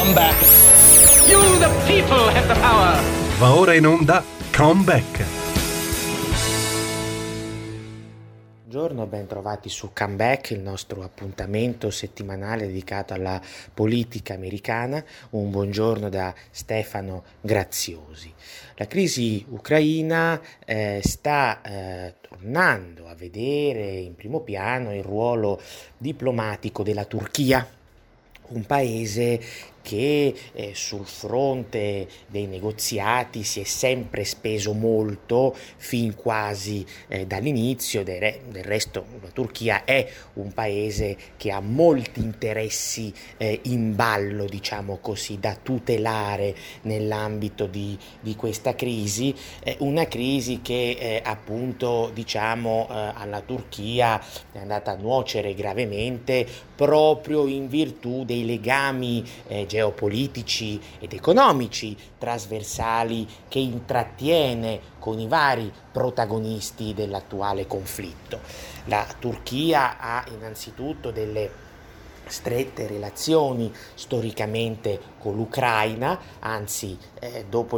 Comeback. You the people have the power. Va ora in onda Comeback. Buongiorno, ben trovati su Comeback, il nostro appuntamento settimanale dedicato alla politica americana. Un buongiorno da Stefano Graziosi. La crisi ucraina sta tornando a vedere in primo piano il ruolo diplomatico della Turchia, un paese che sul fronte dei negoziati si è sempre speso molto, fin quasi dall'inizio. Del resto la Turchia è un paese che ha molti interessi in ballo, diciamo così, da tutelare nell'ambito di questa crisi, una crisi che appunto diciamo alla Turchia è andata a nuocere gravemente proprio in virtù dei legami geopolitici ed economici trasversali che intrattiene con i vari protagonisti dell'attuale conflitto. La Turchia ha innanzitutto delle strette relazioni storicamente con l'Ucraina, anzi dopo il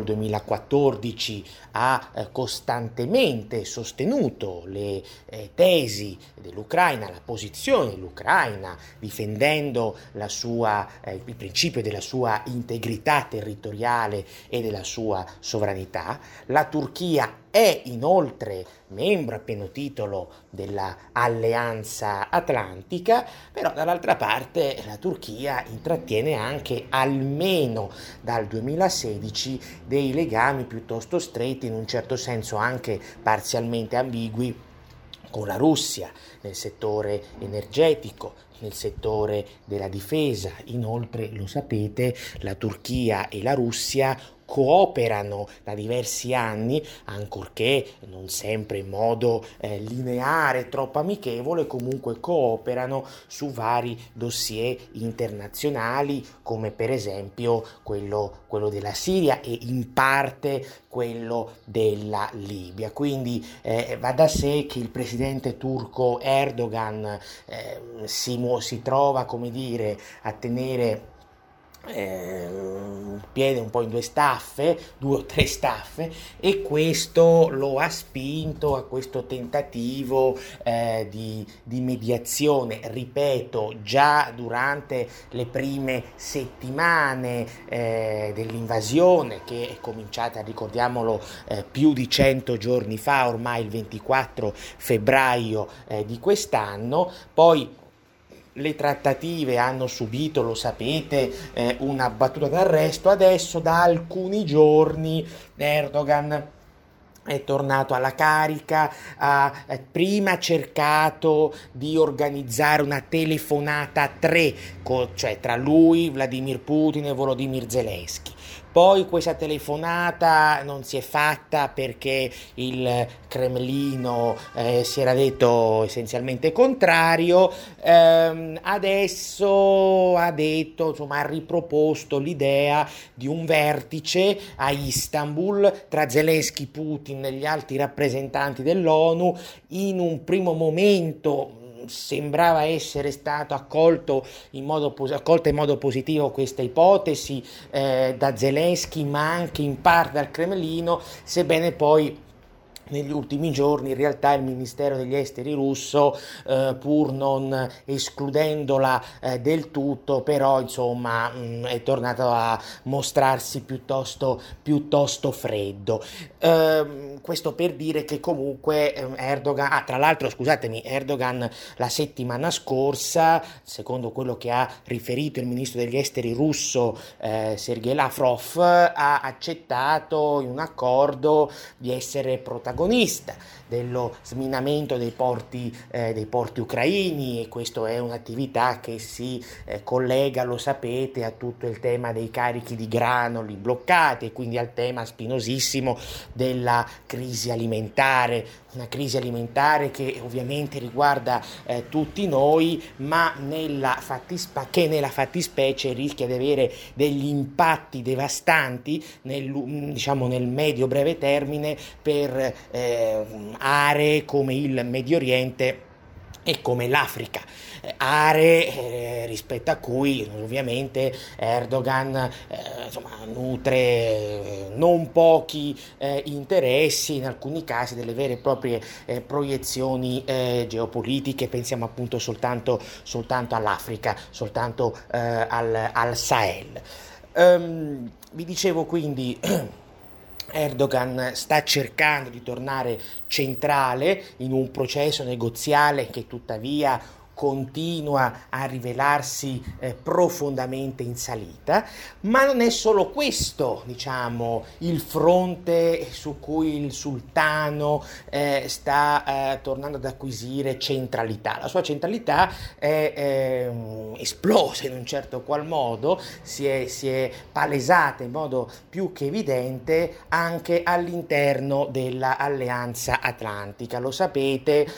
2014 ha costantemente sostenuto le tesi dell'Ucraina, la posizione dell'Ucraina, difendendo il principio della sua integrità territoriale e della sua sovranità. La Turchia è inoltre membro a pieno titolo dell'Alleanza Atlantica, però dall'altra parte la Turchia intrattiene anche almeno dal 2016 dei legami piuttosto stretti, in un certo senso anche parzialmente ambigui, con la Russia nel settore energetico, nel settore della difesa. Inoltre, lo sapete, la Turchia e la Russia cooperano da diversi anni, ancorché non sempre in modo lineare, troppo amichevole, comunque cooperano su vari dossier internazionali, come per esempio quello della Siria e in parte quello della Libia. Quindi va da sé che il presidente turco Erdogan si trova, come dire, a tenere piede un po' in due o tre staffe, e questo lo ha spinto a questo tentativo di mediazione. Ripeto, già durante le prime settimane dell'invasione, che è cominciata, ricordiamolo, più di 100 giorni fa, ormai il 24 febbraio di quest'anno. Poi le trattative hanno subito, lo sapete, una battuta d'arresto. Adesso da alcuni giorni Erdogan è tornato alla carica, ha prima cercato di organizzare una telefonata a tre, cioè tra lui, Vladimir Putin e Volodymyr Zelensky. Poi questa telefonata non si è fatta perché il Cremlino si era detto essenzialmente contrario. Adesso ha riproposto l'idea di un vertice a Istanbul tra Zelensky, Putin e gli alti rappresentanti dell'ONU. In un primo momento sembrava essere stato accolta in modo positivo questa ipotesi da Zelensky, ma anche in parte dal Cremlino, sebbene poi negli ultimi giorni in realtà il Ministero degli Esteri russo, pur non escludendola del tutto, però insomma è tornato a mostrarsi piuttosto freddo. Questo per dire che comunque Erdogan, Erdogan la settimana scorsa, secondo quello che ha riferito il ministro degli esteri russo Sergei Lavrov, ha accettato in un accordo di essere protagonista dello sminamento dei porti ucraini, e questo è un'attività che si collega, lo sapete, a tutto il tema dei carichi di granuli bloccati e quindi al tema spinosissimo della crisi alimentare, una crisi alimentare che ovviamente riguarda tutti noi, ma nella fattispecie rischia di avere degli impatti devastanti nel medio-breve termine per aree come il Medio Oriente e come l'Africa, aree rispetto a cui ovviamente Erdogan nutre non pochi interessi, in alcuni casi delle vere e proprie proiezioni geopolitiche. Pensiamo appunto soltanto all'Africa, soltanto al Sahel. Vi dicevo quindi Erdogan sta cercando di tornare centrale in un processo negoziale che tuttavia continua a rivelarsi profondamente in salita, ma non è solo questo, il fronte su cui il sultano sta tornando ad acquisire centralità. La sua centralità è esplosa in un certo qual modo, si è palesata in modo più che evidente anche all'interno dell'Alleanza Atlantica. Lo sapete,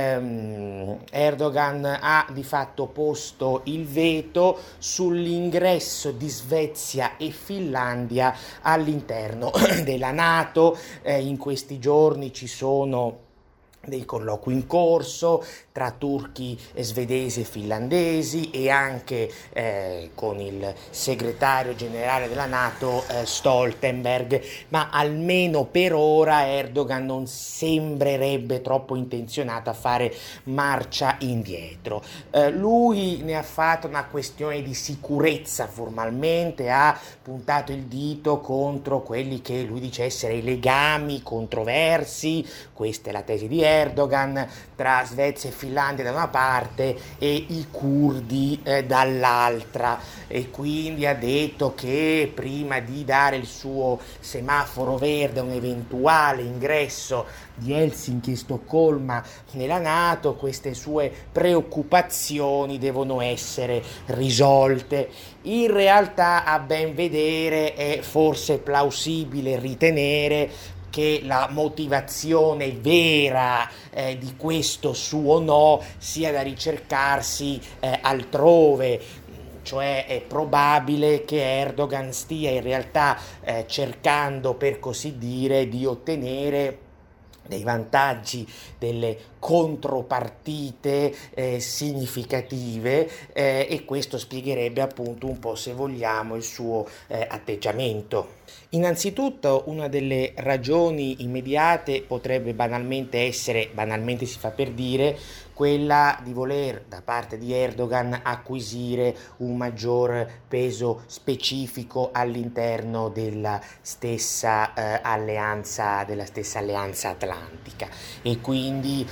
Erdogan ha di fatto posto il veto sull'ingresso di Svezia e Finlandia all'interno della NATO. In questi giorni ci sono dei colloqui in corso tra turchi, svedesi e finlandesi, e anche con il segretario generale della NATO Stoltenberg, ma almeno per ora Erdogan non sembrerebbe troppo intenzionato a fare marcia indietro. Lui ne ha fatto una questione di sicurezza, formalmente ha puntato il dito contro quelli che lui dice essere i legami controversi, questa è la tesi di Erdogan, tra Svezia e Finlandia da una parte e i curdi dall'altra, e quindi ha detto che prima di dare il suo semaforo verde a un eventuale ingresso di Helsinki e Stoccolma nella NATO, queste sue preoccupazioni devono essere risolte. In realtà, a ben vedere, è forse plausibile ritenere che la motivazione vera di questo suo no sia da ricercarsi altrove. Cioè è probabile che Erdogan stia in realtà cercando, per così dire, di ottenere dei vantaggi, delle contropartite significative, e questo spiegherebbe appunto un po', se vogliamo, il suo atteggiamento. Innanzitutto, una delle ragioni immediate potrebbe banalmente si fa per dire, quella di voler da parte di Erdogan acquisire un maggior peso specifico all'interno della stessa alleanza atlantica, e quindi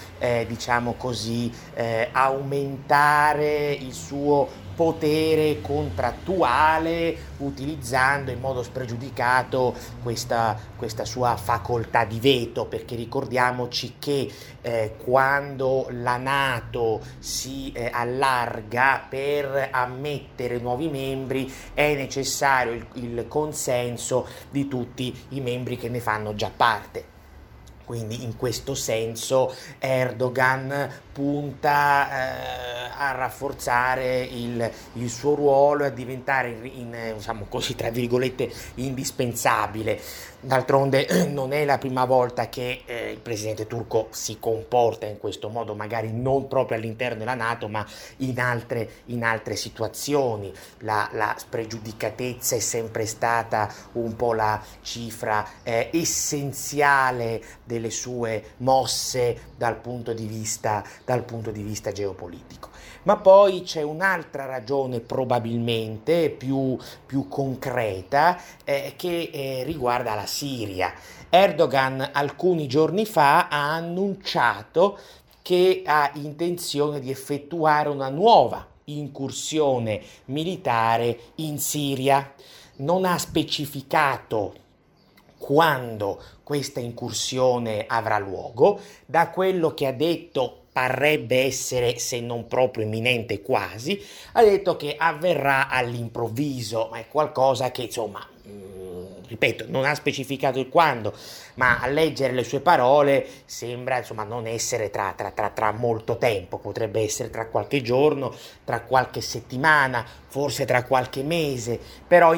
aumentare il suo potere contrattuale utilizzando in modo spregiudicato questa sua facoltà di veto, perché ricordiamoci che quando la NATO si allarga, per ammettere nuovi membri è necessario il consenso di tutti i membri che ne fanno già parte. Quindi in questo senso Erdogan punta a rafforzare il suo ruolo e a diventare tra virgolette indispensabile. D'altronde non è la prima volta che il presidente turco si comporta in questo modo, magari non proprio all'interno della NATO, ma in altre situazioni. La spregiudicatezza è sempre stata un po' la cifra essenziale delle sue mosse dal punto di vista geopolitico. Ma poi c'è un'altra ragione, probabilmente più concreta, che riguarda la Siria. Erdogan alcuni giorni fa ha annunciato che ha intenzione di effettuare una nuova incursione militare in Siria. Non ha specificato quando questa incursione avrà luogo. Da quello che ha detto parrebbe essere, se non proprio imminente, quasi. Ha detto che avverrà all'improvviso, ma è qualcosa che ripeto, non ha specificato il quando, ma a leggere le sue parole sembra non essere tra molto tempo. Potrebbe essere tra qualche giorno, tra qualche settimana, forse tra qualche mese, però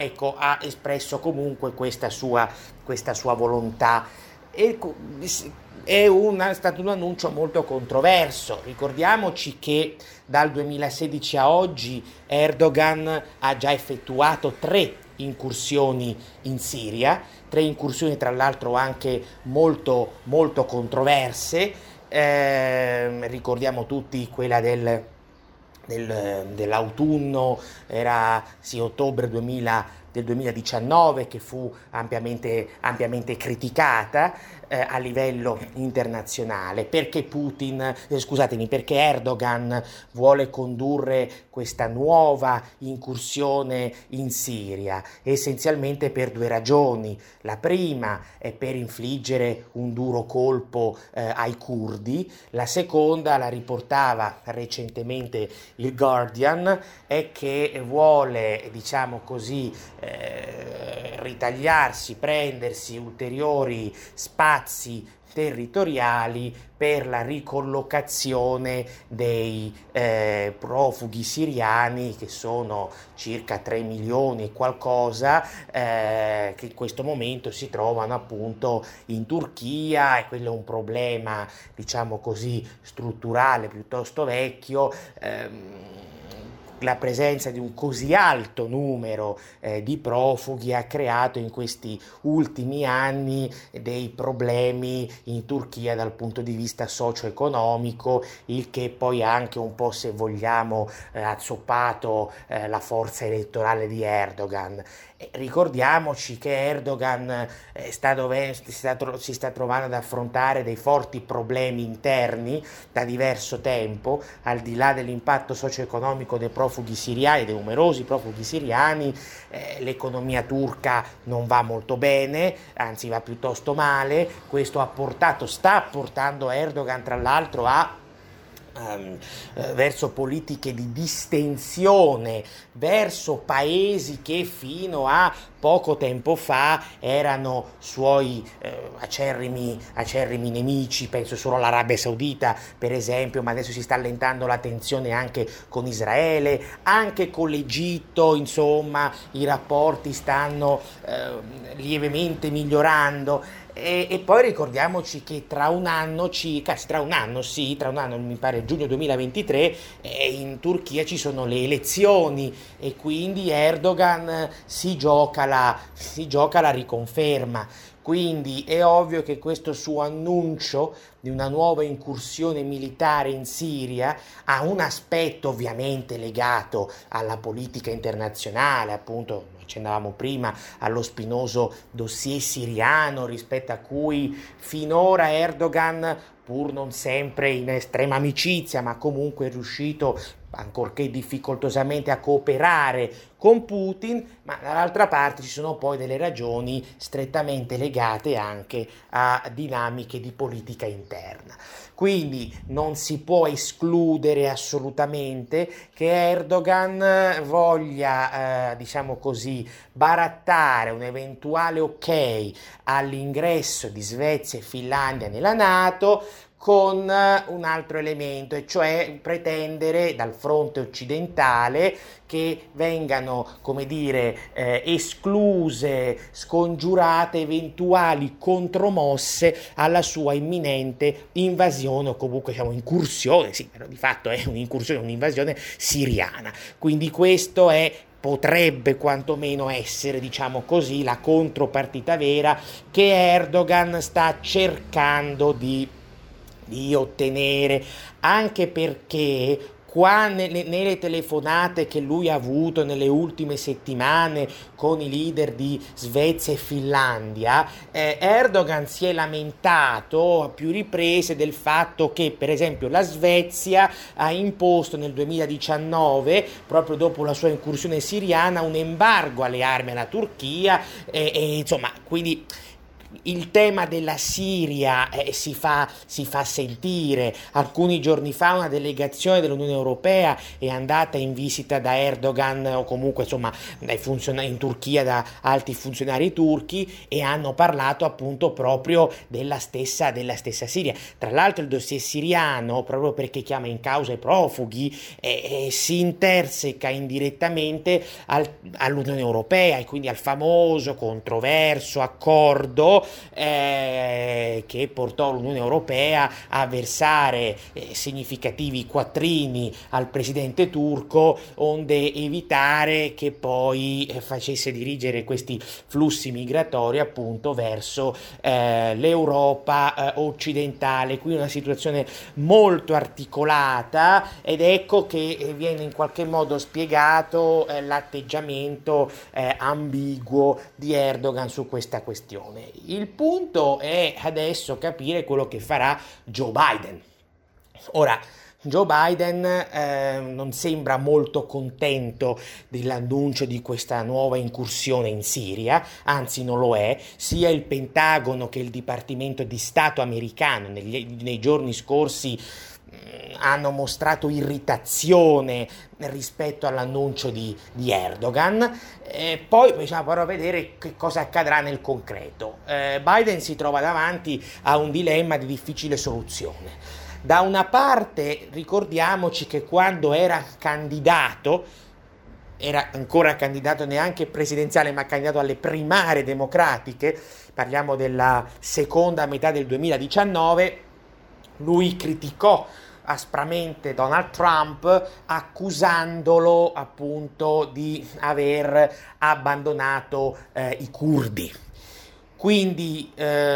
ha espresso comunque questa sua volontà. E è stato un annuncio molto controverso. Ricordiamoci che dal 2016 a oggi Erdogan ha già effettuato 3 incursioni in Siria, 3 incursioni tra l'altro anche molto, molto controverse. Ricordiamo tutti quella dell'autunno, era sì, ottobre del 2019, che fu ampiamente criticata a livello internazionale, perché perché Erdogan vuole condurre questa nuova incursione in Siria, essenzialmente per 2 ragioni. La prima è per infliggere un duro colpo ai curdi, la seconda, la riportava recentemente il Guardian, è che vuole, diciamo così, prendersi ulteriori spazi territoriali per la ricollocazione dei profughi siriani, che sono circa 3 milioni e qualcosa, che in questo momento si trovano appunto in Turchia, e quello è un problema, diciamo così, strutturale piuttosto vecchio. La presenza di un così alto numero di profughi ha creato in questi ultimi anni dei problemi in Turchia dal punto di vista socio-economico, il che poi anche un po', se vogliamo, azzoppato la forza elettorale di Erdogan. Ricordiamoci che Erdogan si sta trovando ad affrontare dei forti problemi interni da diverso tempo, al di là dell'impatto socio-economico dei numerosi profughi siriani. L'economia turca non va molto bene, anzi va piuttosto male. Questo sta portando Erdogan, tra l'altro, verso politiche di distensione verso paesi che fino a poco tempo fa erano suoi acerrimi nemici. Penso solo all'Arabia Saudita, per esempio, ma adesso si sta allentando la tensione anche con Israele, anche con l'Egitto. Insomma, i rapporti stanno lievemente migliorando. E poi ricordiamoci che tra un anno, mi pare giugno 2023, in Turchia ci sono le elezioni, e quindi Erdogan si gioca la riconferma. Quindi è ovvio che questo suo annuncio di una nuova incursione militare in Siria ha un aspetto ovviamente legato alla politica internazionale, appunto accennavamo prima allo spinoso dossier siriano, rispetto a cui finora Erdogan, pur non sempre in estrema amicizia, ma comunque è riuscito, ancorché difficoltosamente, a cooperare con Putin. Ma dall'altra parte ci sono poi delle ragioni strettamente legate anche a dinamiche di politica interna. Quindi non si può escludere assolutamente che Erdogan voglia, diciamo così, barattare un eventuale ok all'ingresso di Svezia e Finlandia nella NATO con un altro elemento, e cioè pretendere dal fronte occidentale che vengano, come dire, escluse, scongiurate eventuali contromosse alla sua imminente invasione, o comunque incursione, sì, però di fatto è un'invasione siriana. Quindi questo potrebbe quantomeno essere, diciamo così, la contropartita vera che Erdogan sta cercando di ottenere, anche perché qua nelle telefonate che lui ha avuto nelle ultime settimane con i leader di Svezia e Finlandia, Erdogan si è lamentato a più riprese del fatto che, per esempio, la Svezia ha imposto nel 2019, proprio dopo la sua incursione siriana, un embargo alle armi alla Turchia, insomma, quindi il tema della Siria si fa sentire. Alcuni giorni fa una delegazione dell'Unione Europea è andata in visita da Erdogan, o comunque insomma in Turchia, da alti funzionari turchi, e hanno parlato appunto proprio della stessa Siria. Tra l'altro il dossier siriano, proprio perché chiama in causa i profughi, si interseca indirettamente all'Unione Europea, e quindi al famoso controverso accordo turco che portò l'Unione Europea a versare significativi quattrini al presidente turco, onde evitare che poi facesse dirigere questi flussi migratori appunto verso l'Europa occidentale. Qui una situazione molto articolata, ed ecco che viene in qualche modo spiegato l'atteggiamento ambiguo di Erdogan su questa questione. Il punto è adesso capire quello che farà Joe Biden. Ora, Joe Biden non sembra molto contento dell'annuncio di questa nuova incursione in Siria, anzi non lo è. Sia il Pentagono che il Dipartimento di Stato americano nei giorni scorsi hanno mostrato irritazione rispetto all'annuncio di Erdogan. Poi bisogna però vedere che cosa accadrà nel concreto. Biden si trova davanti a un dilemma di difficile soluzione. Da una parte ricordiamoci che quando era ancora candidato neanche presidenziale, ma candidato alle primarie democratiche, parliamo della seconda metà del 2019, lui criticò aspramente Donald Trump, accusandolo appunto di aver abbandonato i curdi. Quindi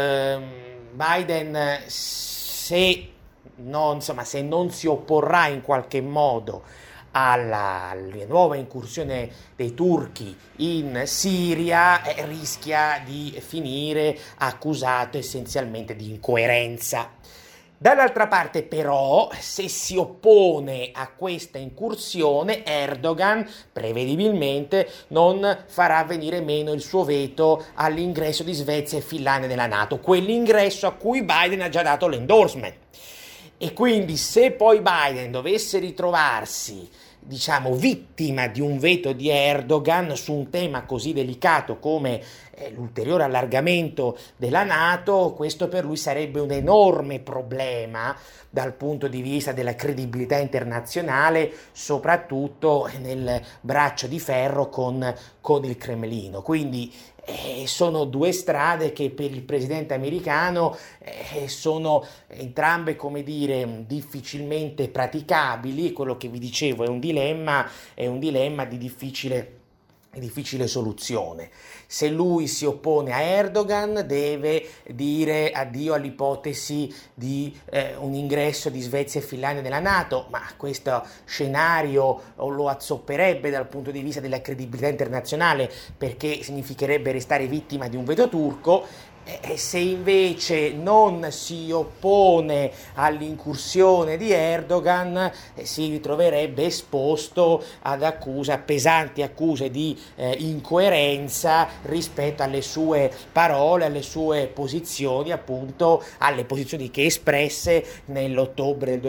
Biden, se non si opporrà in qualche modo alla nuova incursione dei turchi in Siria, rischia di finire accusato essenzialmente di incoerenza. Dall'altra parte però, se si oppone a questa incursione, Erdogan prevedibilmente non farà venire meno il suo veto all'ingresso di Svezia e Finlandia nella NATO, quell'ingresso a cui Biden ha già dato l'endorsement. E quindi se poi Biden dovesse ritrovarsi, vittima di un veto di Erdogan su un tema così delicato come l'ulteriore allargamento della NATO, questo per lui sarebbe un enorme problema dal punto di vista della credibilità internazionale, soprattutto nel braccio di ferro con il Cremlino. Quindi sono due strade che per il presidente americano sono entrambe, difficilmente praticabili. Quello che vi dicevo è un dilemma di difficile soluzione. Se lui si oppone a Erdogan, deve dire addio all'ipotesi di un ingresso di Svezia e Finlandia nella NATO, ma questo scenario lo azzopperebbe dal punto di vista della credibilità internazionale, perché significherebbe restare vittima di un veto turco. Se invece non si oppone all'incursione di Erdogan, si ritroverebbe esposto ad pesanti accuse di incoerenza rispetto alle sue parole, alle sue posizioni, appunto alle posizioni che espresse nell'ottobre del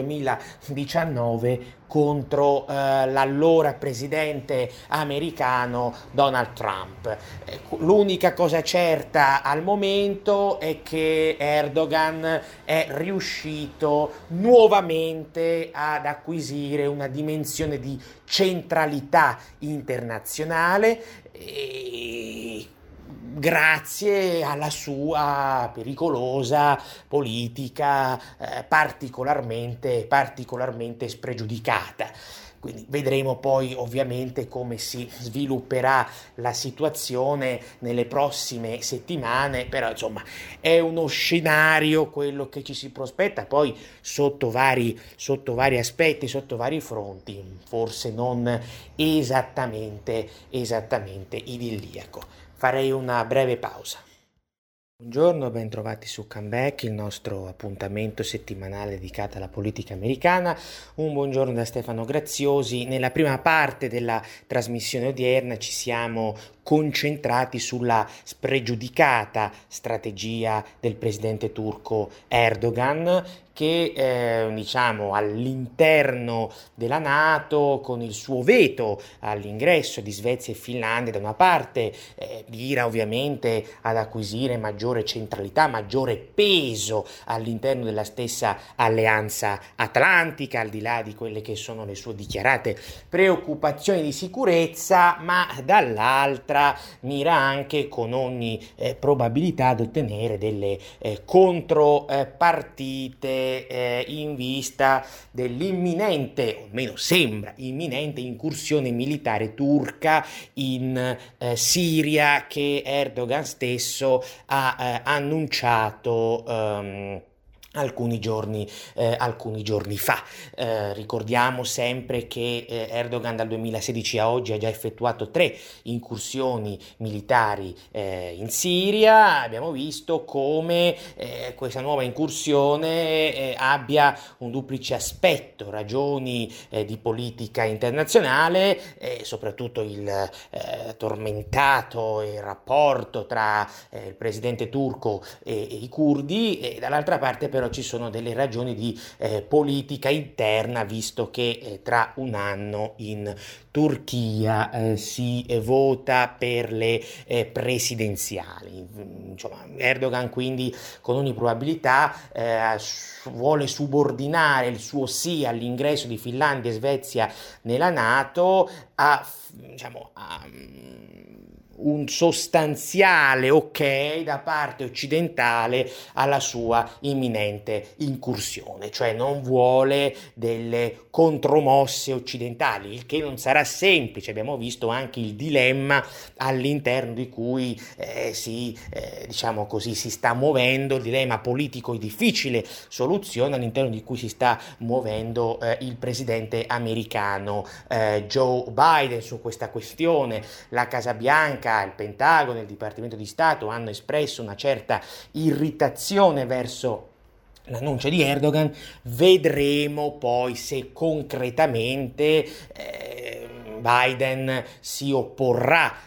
2019 contro l'allora presidente americano Donald Trump. L'unica cosa certa al momento è che Erdogan è riuscito nuovamente ad acquisire una dimensione di centralità internazionale grazie alla sua pericolosa politica particolarmente spregiudicata. Quindi vedremo poi ovviamente come si svilupperà la situazione nelle prossime settimane, però è uno scenario quello che ci si prospetta, poi sotto vari aspetti, sotto vari fronti, forse non esattamente idilliaco. Farei una breve pausa. Buongiorno, ben trovati su Comeback, il nostro appuntamento settimanale dedicato alla politica americana. Un buongiorno da Stefano Graziosi. Nella prima parte della trasmissione odierna ci siamo concentrati sulla spregiudicata strategia del presidente turco Erdogan, che all'interno della NATO, con il suo veto all'ingresso di Svezia e Finlandia da una parte, mira ovviamente ad acquisire maggiore centralità, maggiore peso all'interno della stessa alleanza atlantica, al di là di quelle che sono le sue dichiarate preoccupazioni di sicurezza, ma dall'altra mira anche con ogni probabilità ad ottenere delle contropartite in vista dell'imminente, o almeno sembra imminente, incursione militare turca in Siria, che Erdogan stesso ha annunciato alcuni giorni fa. Ricordiamo sempre che Erdogan dal 2016 a oggi ha già effettuato 3 incursioni militari in Siria. Abbiamo visto come questa nuova incursione abbia un duplice aspetto: ragioni di politica internazionale, soprattutto il tormentato rapporto tra il presidente turco e i curdi, e dall'altra parte però ci sono delle ragioni di politica interna, visto che tra un anno in Turchia si vota per le presidenziali. Insomma, Erdogan quindi con ogni probabilità vuole subordinare il suo sì all'ingresso di Finlandia e Svezia nella NATO a un sostanziale ok da parte occidentale alla sua imminente incursione, cioè non vuole delle contromosse occidentali, il che non sarà semplice. Abbiamo visto anche il dilemma all'interno di cui si sta muovendo, il dilemma politico di difficile soluzione all'interno di cui si sta muovendo il presidente americano Joe Biden su questa questione. La Casa Bianca, il Pentagono e il Dipartimento di Stato hanno espresso una certa irritazione verso l'annuncio di Erdogan. Vedremo poi se concretamente Biden si opporrà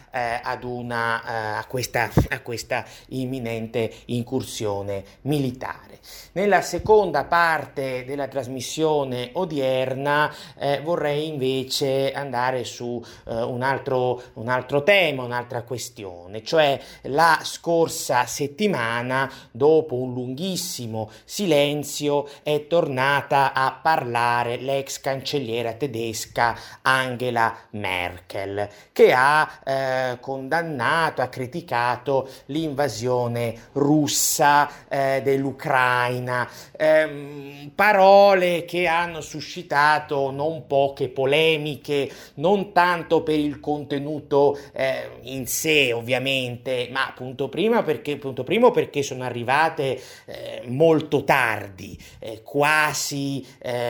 a questa imminente incursione militare. Nella seconda parte della trasmissione odierna vorrei invece andare su un altro tema, un'altra questione, cioè la scorsa settimana, dopo un lunghissimo silenzio, è tornata a parlare l'ex cancelliera tedesca Angela Merkel, che ha condannato, ha criticato l'invasione russa dell'Ucraina, parole che hanno suscitato non poche polemiche, non tanto per il contenuto in sé ovviamente, ma punto primo perché sono arrivate molto tardi, quasi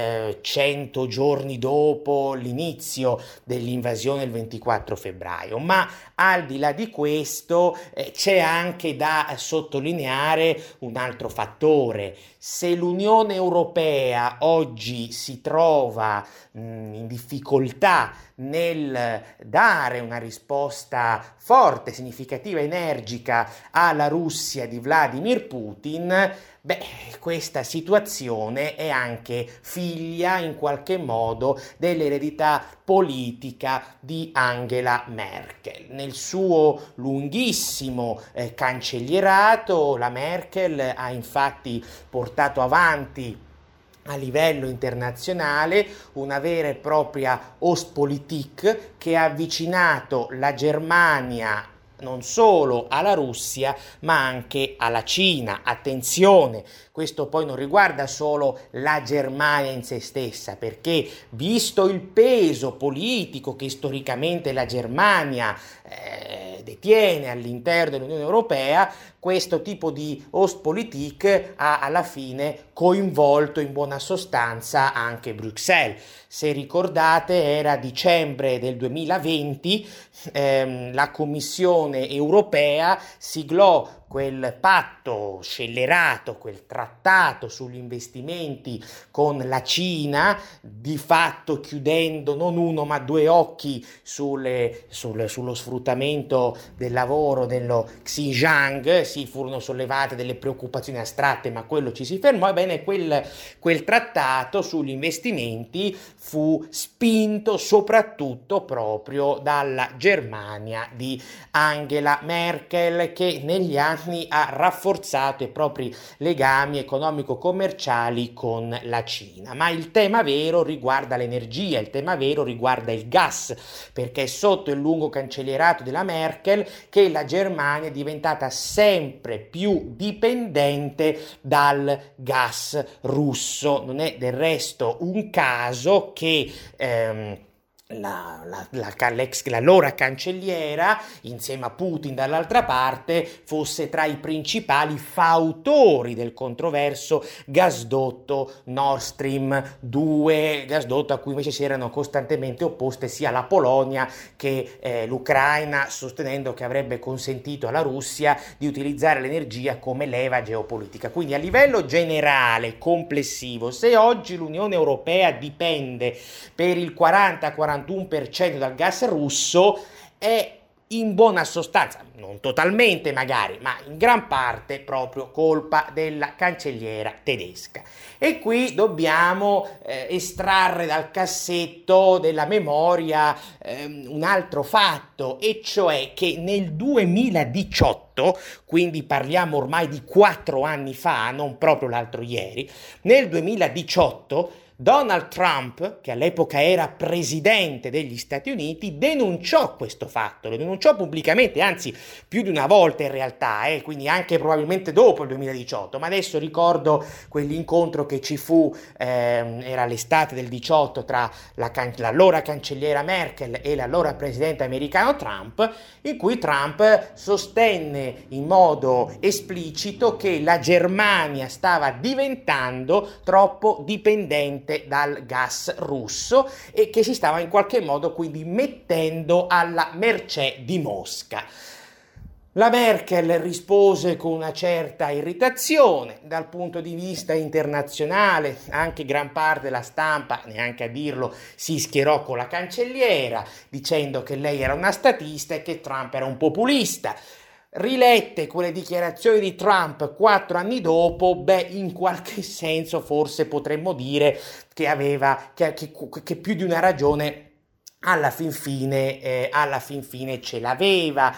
100 giorni dopo l'inizio dell'invasione il 24 febbraio, ma al di là di questo c'è anche da sottolineare un altro fattore. Se l'Unione Europea oggi si trova in difficoltà nel dare una risposta forte, significativa, energica alla Russia di Vladimir Putin, questa situazione è anche figlia in qualche modo dell'eredità politica di Angela Merkel. Nel suo lunghissimo cancellierato, la Merkel ha infatti portato avanti a livello internazionale una vera e propria Ostpolitik che ha avvicinato la Germania non solo alla Russia ma anche alla Cina. Attenzione, questo poi non riguarda solo la Germania in se stessa, perché visto il peso politico che storicamente la Germania detiene all'interno dell'Unione Europea, questo tipo di Ostpolitik ha alla fine coinvolto in buona sostanza anche Bruxelles. Se ricordate, era dicembre del 2020, la Commissione europea siglò quel patto scellerato, quel trattato sugli investimenti con la Cina, di fatto chiudendo non uno ma 2 occhi sullo sfruttamento del lavoro dello Xinjiang. Sì, furono sollevate delle preoccupazioni astratte, ma quello ci si fermò. Ebbene, quel trattato sugli investimenti fu spinto soprattutto proprio dalla Germania di Angela Merkel, che negli anni ha rafforzato i propri legami economico-commerciali con la Cina. Ma il tema vero riguarda l'energia, il tema vero riguarda il gas, perché è sotto il lungo cancellierato della Merkel che la Germania è diventata sempre più dipendente dal gas russo. Non è del resto un caso che l'allora cancelliera, insieme a Putin dall'altra parte, fosse tra i principali fautori del controverso gasdotto Nord Stream 2, gasdotto a cui invece si erano costantemente opposte sia la Polonia che l'Ucraina, sostenendo che avrebbe consentito alla Russia di utilizzare l'energia come leva geopolitica. Quindi a livello generale, complessivo, se oggi l'Unione Europea dipende per il 40-41% dal gas russo, è in buona sostanza, non totalmente magari, ma in gran parte proprio colpa della cancelliera tedesca. E qui dobbiamo estrarre dal cassetto della memoria un altro fatto, e cioè che nel 2018, quindi parliamo ormai di 4 anni fa, non proprio l'altro ieri, nel 2018 Donald Trump, che all'epoca era presidente degli Stati Uniti, denunciò questo fatto, lo denunciò pubblicamente, anzi più di una volta in realtà, quindi anche probabilmente dopo il 2018, ma adesso ricordo quell'incontro che ci fu, era l'estate del 18, tra l'allora cancelliera Merkel e l'allora presidente americano Trump, in cui Trump sostenne in modo esplicito che la Germania stava diventando troppo dipendente dal gas russo e che si stava in qualche modo quindi mettendo alla mercé di Mosca. La Merkel rispose con una certa irritazione. Dal punto di vista internazionale, anche gran parte della stampa, neanche a dirlo, si schierò con la cancelliera, dicendo che lei era una statista e che Trump era un populista. Rilette quelle dichiarazioni di Trump 4 anni dopo, in qualche senso forse potremmo dire che più di una ragione alla fin fine ce l'aveva.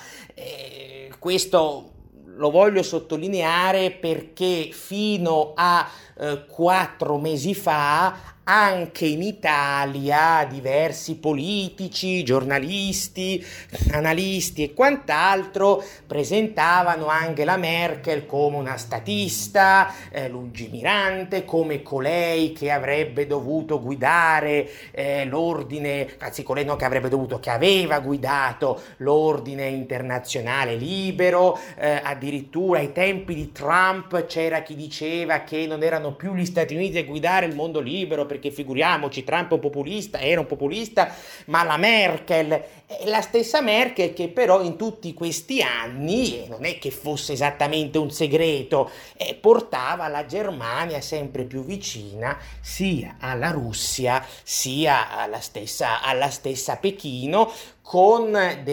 Questo lo voglio sottolineare perché fino a 4 mesi fa anche in Italia diversi politici, giornalisti, analisti e quant'altro presentavano Angela Merkel come una statista, lungimirante, come colei che avrebbe dovuto guidare l'ordine, anzi colei no, che aveva guidato l'ordine internazionale libero. Addirittura ai tempi di Trump c'era chi diceva che non erano più gli Stati Uniti a guidare il mondo libero, perché figuriamoci, Trump era un populista, ma la Merkel è la stessa Merkel che però in tutti questi anni, e non è che fosse esattamente un segreto, portava la Germania sempre più vicina sia alla Russia sia alla stessa Pechino, con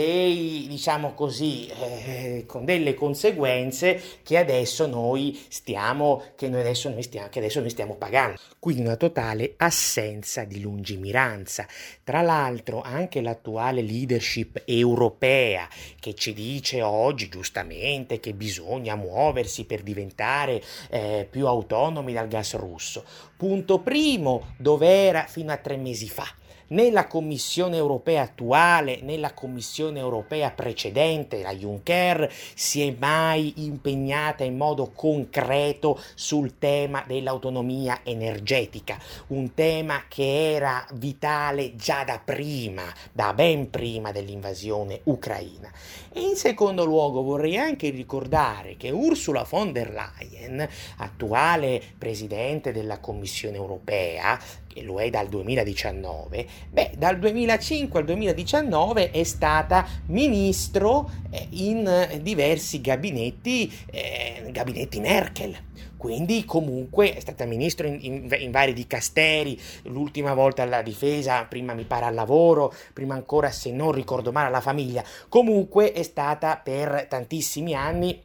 con delle conseguenze che adesso noi stiamo pagando. Quindi una totale assenza di lungimiranza. Tra l'altro anche l'attuale leadership europea, che ci dice oggi giustamente che bisogna muoversi per diventare più autonomi dal gas russo. Punto primo, dov'era fino a 3 mesi fa? Nella Commissione europea attuale, nella Commissione europea precedente, la Juncker, si è mai impegnata in modo concreto sul tema dell'autonomia energetica, un tema che era vitale già da ben prima dell'invasione ucraina. E in secondo luogo vorrei anche ricordare che Ursula von der Leyen, attuale presidente della Commissione europea, che lo è dal 2019, dal 2005 al 2019 è stata ministro in diversi gabinetti Merkel. Quindi comunque è stata ministro in vari dicasteri, l'ultima volta alla difesa, prima mi pare al lavoro, prima ancora, se non ricordo male, alla famiglia. Comunque è stata per tantissimi anni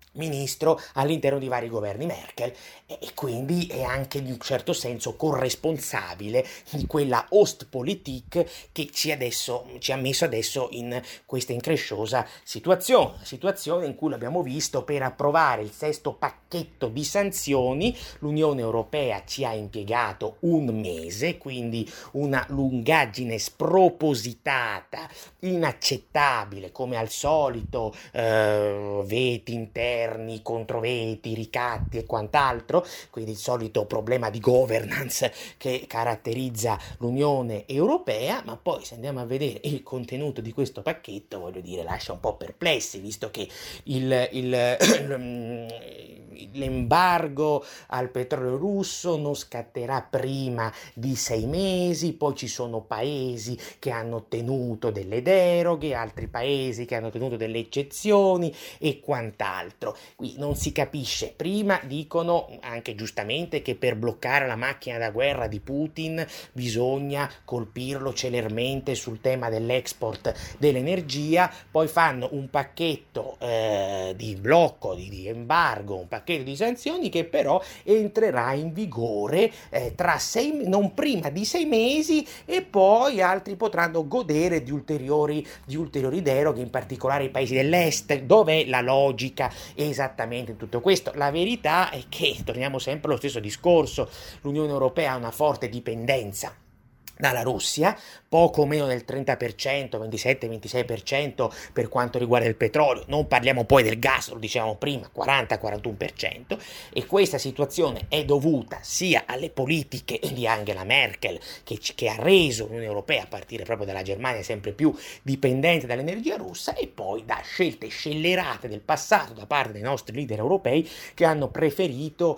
ministro all'interno di vari governi Merkel e quindi è anche in un certo senso corresponsabile di quella Ostpolitik che ci ha messo adesso in questa incresciosa situazione in cui l'abbiamo visto. Per approvare il sesto pacchetto di sanzioni l'Unione Europea ci ha impiegato un mese, quindi una lungaggine spropositata, inaccettabile, come al solito, veti interni, controveti, ricatti e quant'altro, quindi il solito problema di governance che caratterizza l'Unione Europea. Ma poi, se andiamo a vedere il contenuto di questo pacchetto, voglio dire, lascia un po' perplessi, visto che l'embargo al petrolio russo non scatterà prima di 6 mesi, poi ci sono paesi che hanno ottenuto delle deroghe, altri paesi che hanno ottenuto delle eccezioni e quant'altro. Qui non si capisce. Prima dicono, anche giustamente, che per bloccare la macchina da guerra di Putin bisogna colpirlo celermente sul tema dell'export dell'energia, poi fanno un pacchetto di blocco, di embargo, un pacchetto di sanzioni che però entrerà in vigore non prima di 6 mesi, e poi altri potranno godere di ulteriori deroghe, in particolare i paesi dell'est. Dov'è la logica esattamente in tutto questo? La verità è che torniamo sempre allo stesso discorso: l'Unione Europea ha una forte dipendenza dalla Russia, poco meno del 30%, 27-26% per quanto riguarda il petrolio, non parliamo poi del gas, lo dicevamo prima, 40-41%, e questa situazione è dovuta sia alle politiche di Angela Merkel, che ha reso l'Unione Europea, a partire proprio dalla Germania, sempre più dipendente dall'energia russa, e poi da scelte scellerate del passato da parte dei nostri leader europei, che hanno preferito,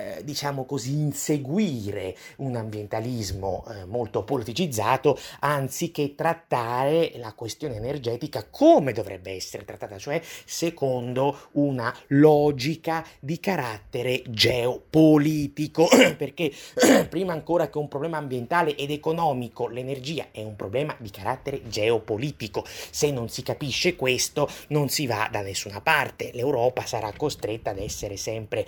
inseguire un ambientalismo molto politicizzato, anziché trattare la questione energetica come dovrebbe essere trattata, cioè secondo una logica di carattere geopolitico, perché prima ancora che un problema ambientale ed economico, l'energia è un problema di carattere geopolitico. Se non si capisce questo, non si va da nessuna parte. L'Europa sarà costretta ad essere sempre,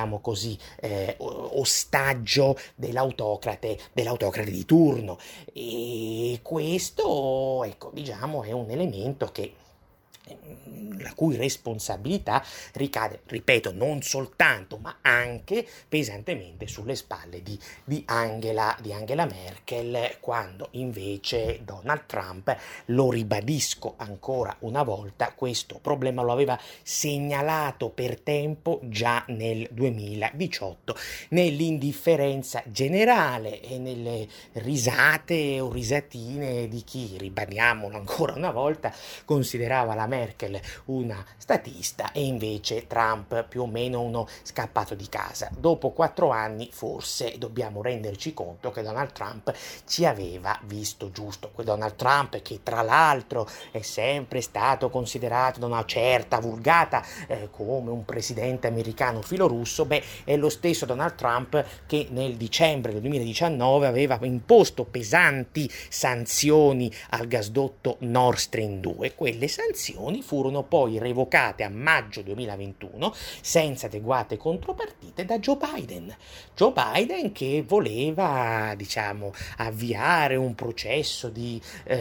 ostaggio dell'autocrate di turno. E questo, è un elemento la cui responsabilità ricade, ripeto, non soltanto ma anche pesantemente sulle spalle di Angela Merkel, quando invece Donald Trump, lo ribadisco ancora una volta, questo problema lo aveva segnalato per tempo già nel 2018, nell'indifferenza generale e nelle risate o risatine di chi, ribadiamolo ancora una volta, considerava la Merkel una statista e invece Trump più o meno uno scappato di casa. Dopo 4 anni forse dobbiamo renderci conto che Donald Trump ci aveva visto giusto. Quel Donald Trump che tra l'altro è sempre stato considerato da una certa vulgata come un presidente americano filorusso, è lo stesso Donald Trump che nel dicembre del 2019 aveva imposto pesanti sanzioni al gasdotto Nord Stream 2. Quelle sanzioni furono poi revocate a maggio 2021 senza adeguate contropartite da Joe Biden che voleva, avviare un processo di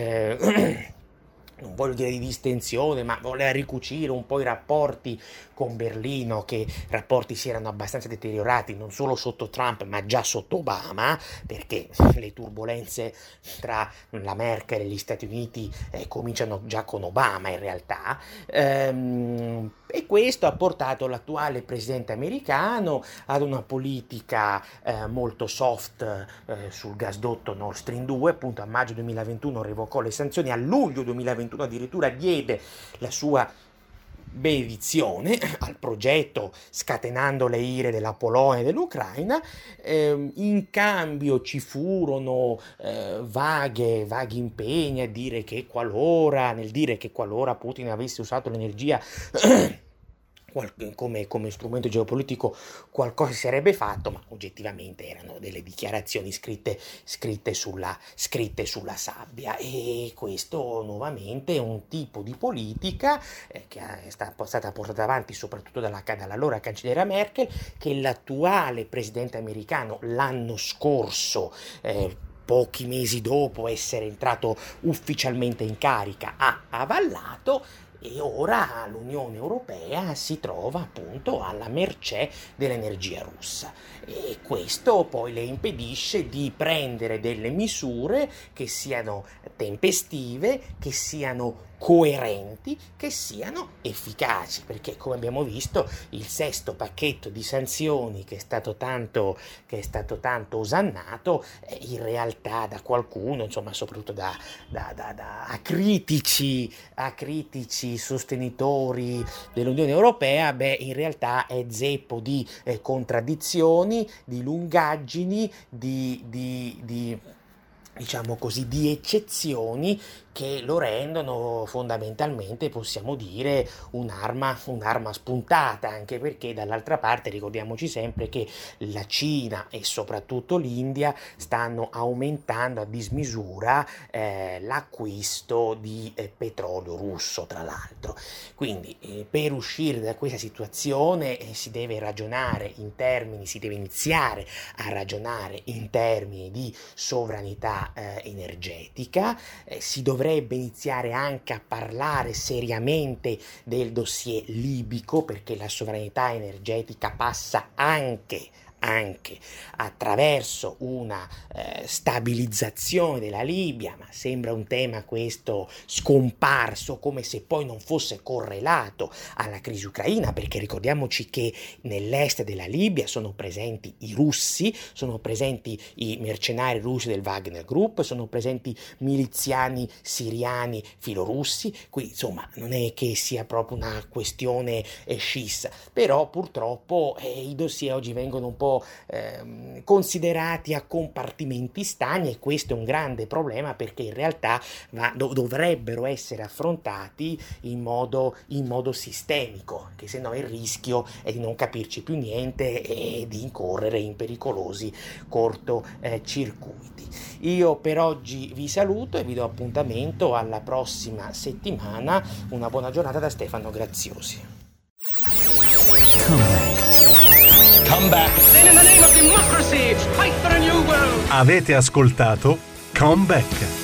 non voglio dire di distensione, ma voleva ricucire un po' i rapporti con Berlino, che rapporti si erano abbastanza deteriorati non solo sotto Trump ma già sotto Obama, perché le turbulenze tra la Merkel e gli Stati Uniti cominciano già con Obama in realtà, e questo ha portato l'attuale presidente americano ad una politica molto soft sul gasdotto Nord Stream 2. Appunto a maggio 2021 revocò le sanzioni, a luglio 2021 addirittura diede la sua benedizione al progetto, scatenando le ire della Polonia e dell'Ucraina. In cambio ci furono vaghi impegni nel dire che qualora Putin avesse usato l'energia come strumento geopolitico qualcosa si sarebbe fatto, ma oggettivamente erano delle dichiarazioni scritte sulla sabbia, e questo nuovamente è un tipo di politica che è stata portata avanti soprattutto dall'allora cancelliera Merkel, che l'attuale presidente americano l'anno scorso, pochi mesi dopo essere entrato ufficialmente in carica, ha avallato. E ora l'Unione Europea si trova appunto alla mercé dell'energia russa, e questo poi le impedisce di prendere delle misure che siano tempestive, che siano coerenti, che siano efficaci, perché come abbiamo visto il sesto pacchetto di sanzioni che è stato tanto osannato, in realtà da qualcuno, insomma soprattutto da critici sostenitori dell'Unione Europea, in realtà è zeppo di contraddizioni, di lungaggini, di eccezioni che lo rendono fondamentalmente, possiamo dire, un'arma spuntata, anche perché dall'altra parte ricordiamoci sempre che la Cina e soprattutto l'India stanno aumentando a dismisura l'acquisto di petrolio russo, tra l'altro. Quindi per uscire da questa situazione si deve iniziare a ragionare in termini di sovranità energetica, si dovrebbe iniziare anche a parlare seriamente del dossier libico, perché la sovranità energetica passa anche attraverso una stabilizzazione della Libia, ma sembra un tema questo scomparso, come se poi non fosse correlato alla crisi ucraina, perché ricordiamoci che nell'est della Libia sono presenti i russi, sono presenti i mercenari russi del Wagner Group, sono presenti miliziani siriani filorussi, qui insomma non è che sia proprio una questione scissa, però purtroppo i dossier oggi vengono un po' considerati a compartimenti stagni, e questo è un grande problema, perché in realtà dovrebbero essere affrontati in modo sistemico, che se no il rischio è di non capirci più niente e di incorrere in pericolosi cortocircuiti. Io per oggi vi saluto e vi do appuntamento alla prossima settimana. Una buona giornata da Stefano Graziosi. Come back. Then in the name of democracy, fight for a new world. Avete ascoltato Come Back.